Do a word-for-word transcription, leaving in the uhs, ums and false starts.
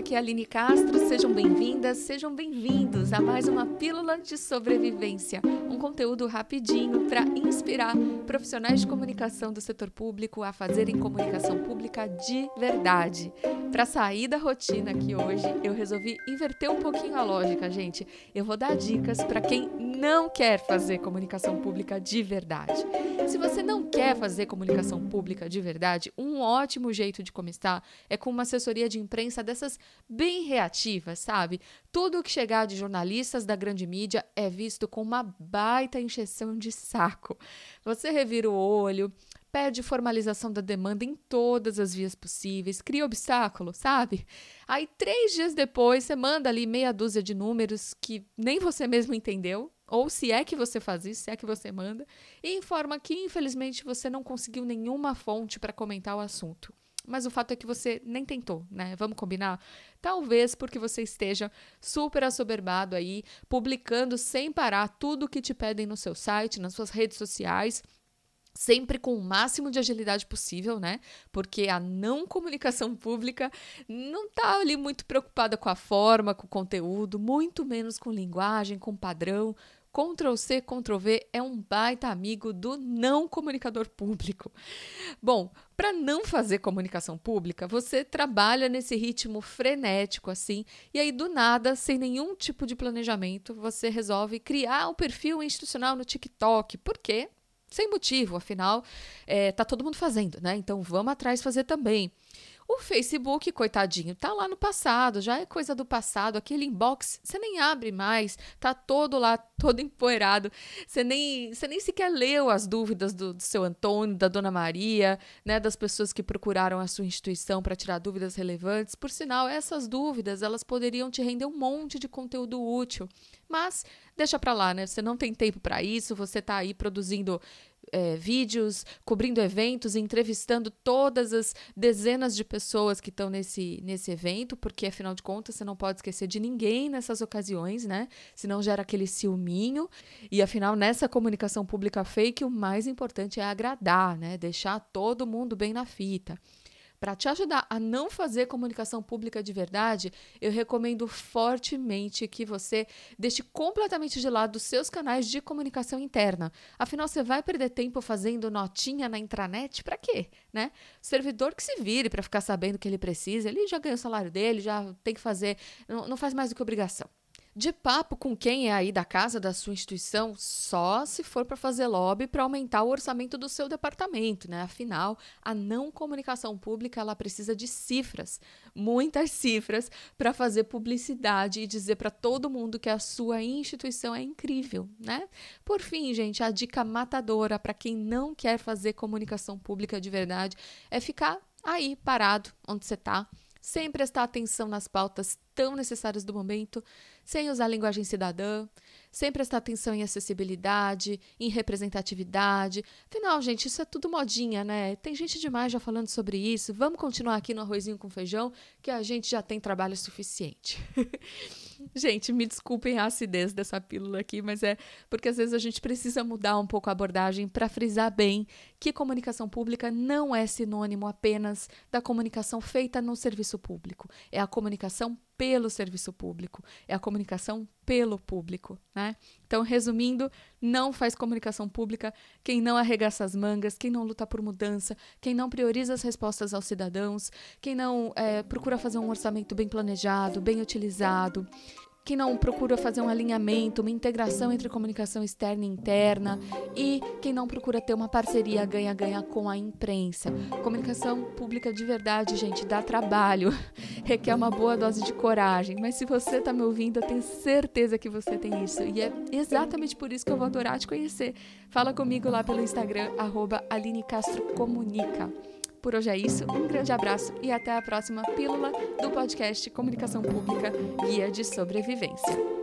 aqui é a Aline Castro, sejam bem-vindas, sejam bem-vindos a mais uma Pílula de Sobrevivência, um conteúdo rapidinho para inspirar profissionais de comunicação do setor público a fazerem comunicação pública de verdade. Para sair da rotina aqui hoje, eu resolvi inverter um pouquinho a lógica, gente. Eu vou dar dicas para quem não quer fazer comunicação pública de verdade. Se você não quer fazer comunicação pública de verdade, um ótimo jeito de começar é com uma assessoria de imprensa dessas bem reativas, sabe? Tudo que chegar de jornalistas da grande mídia é visto com uma baita encheção de saco. Você revira o olho, pede formalização da demanda em todas as vias possíveis, cria obstáculo, sabe? Aí, três dias depois, você manda ali meia dúzia de números que nem você mesmo entendeu, ou se é que você faz isso, se é que você manda, e informa que, infelizmente, você não conseguiu nenhuma fonte para comentar o assunto. Mas o fato é que você nem tentou, né? Vamos combinar? Talvez porque você esteja super assoberbado aí, publicando sem parar tudo o que te pedem no seu site, nas suas redes sociais, sempre com o máximo de agilidade possível, né? Porque a não comunicação pública não tá ali muito preocupada com a forma, com o conteúdo, muito menos com linguagem, com padrão. Ctrl C, Ctrl V é um baita amigo do não comunicador público. Bom, para não fazer comunicação pública, você trabalha nesse ritmo frenético assim, e aí do nada, sem nenhum tipo de planejamento, você resolve criar o perfil institucional no TikTok. Por quê? Sem motivo, afinal, é, tá todo mundo fazendo, né? Então vamos atrás fazer também. O Facebook, coitadinho, tá lá no passado, já é coisa do passado, aquele inbox, você nem abre mais, tá todo lá, todo empoeirado, você nem, você nem sequer leu as dúvidas do, do seu Antônio, da Dona Maria, né, das pessoas que procuraram a sua instituição para tirar dúvidas relevantes. Por sinal, essas dúvidas, elas poderiam te render um monte de conteúdo útil, mas deixa pra lá, né, você não tem tempo para isso, você tá aí produzindo É, vídeos, cobrindo eventos, entrevistando todas as dezenas de pessoas que estão nesse, nesse evento, porque, afinal de contas, você não pode esquecer de ninguém nessas ocasiões, né? Senão gera aquele ciúminho. E, afinal, nessa comunicação pública fake, o mais importante é agradar, né? Deixar todo mundo bem na fita. Para te ajudar a não fazer comunicação pública de verdade, eu recomendo fortemente que você deixe completamente de lado os seus canais de comunicação interna. Afinal, você vai perder tempo fazendo notinha na intranet? Para quê? Né? O servidor que se vire para ficar sabendo o que ele precisa, ele já ganhou o salário dele, já tem que fazer, não, não faz mais do que obrigação. De papo com quem é aí da casa da sua instituição, só se for para fazer lobby para aumentar o orçamento do seu departamento, né? Afinal, a não comunicação pública, ela precisa de cifras, muitas cifras, para fazer publicidade e dizer para todo mundo que a sua instituição é incrível, né? Por fim, gente, a dica matadora para quem não quer fazer comunicação pública de verdade é ficar aí parado onde você está, sem prestar atenção nas pautas tão necessárias do momento, sem usar linguagem cidadã, sem prestar atenção em acessibilidade, em representatividade. Afinal, gente, isso é tudo modinha, né? Tem gente demais já falando sobre isso. Vamos continuar aqui no arrozinho com feijão, que a gente já tem trabalho suficiente. Gente, me desculpem a acidez dessa pílula aqui, mas é porque às vezes a gente precisa mudar um pouco a abordagem para frisar bem que comunicação pública não é sinônimo apenas da comunicação feita no serviço público. É a comunicação pelo serviço público, é a comunicação pelo público, né? Então, resumindo, não faz comunicação pública quem não arregaça as mangas, quem não luta por mudança, quem não prioriza as respostas aos cidadãos, quem não é, procura fazer um orçamento bem planejado, bem utilizado, quem não procura fazer um alinhamento, uma integração entre comunicação externa e interna e quem não procura ter uma parceria ganha-ganha com a imprensa. Comunicação pública de verdade, gente, dá trabalho, requer uma boa dose de coragem, mas se você está me ouvindo, eu tenho certeza que você tem isso e é exatamente por isso que eu vou adorar te conhecer. Fala comigo lá pelo Instagram, arroba Aline Castro Comunica. Por hoje é isso, um grande abraço e até a próxima pílula do podcast Comunicação Pública Guia de Sobrevivência.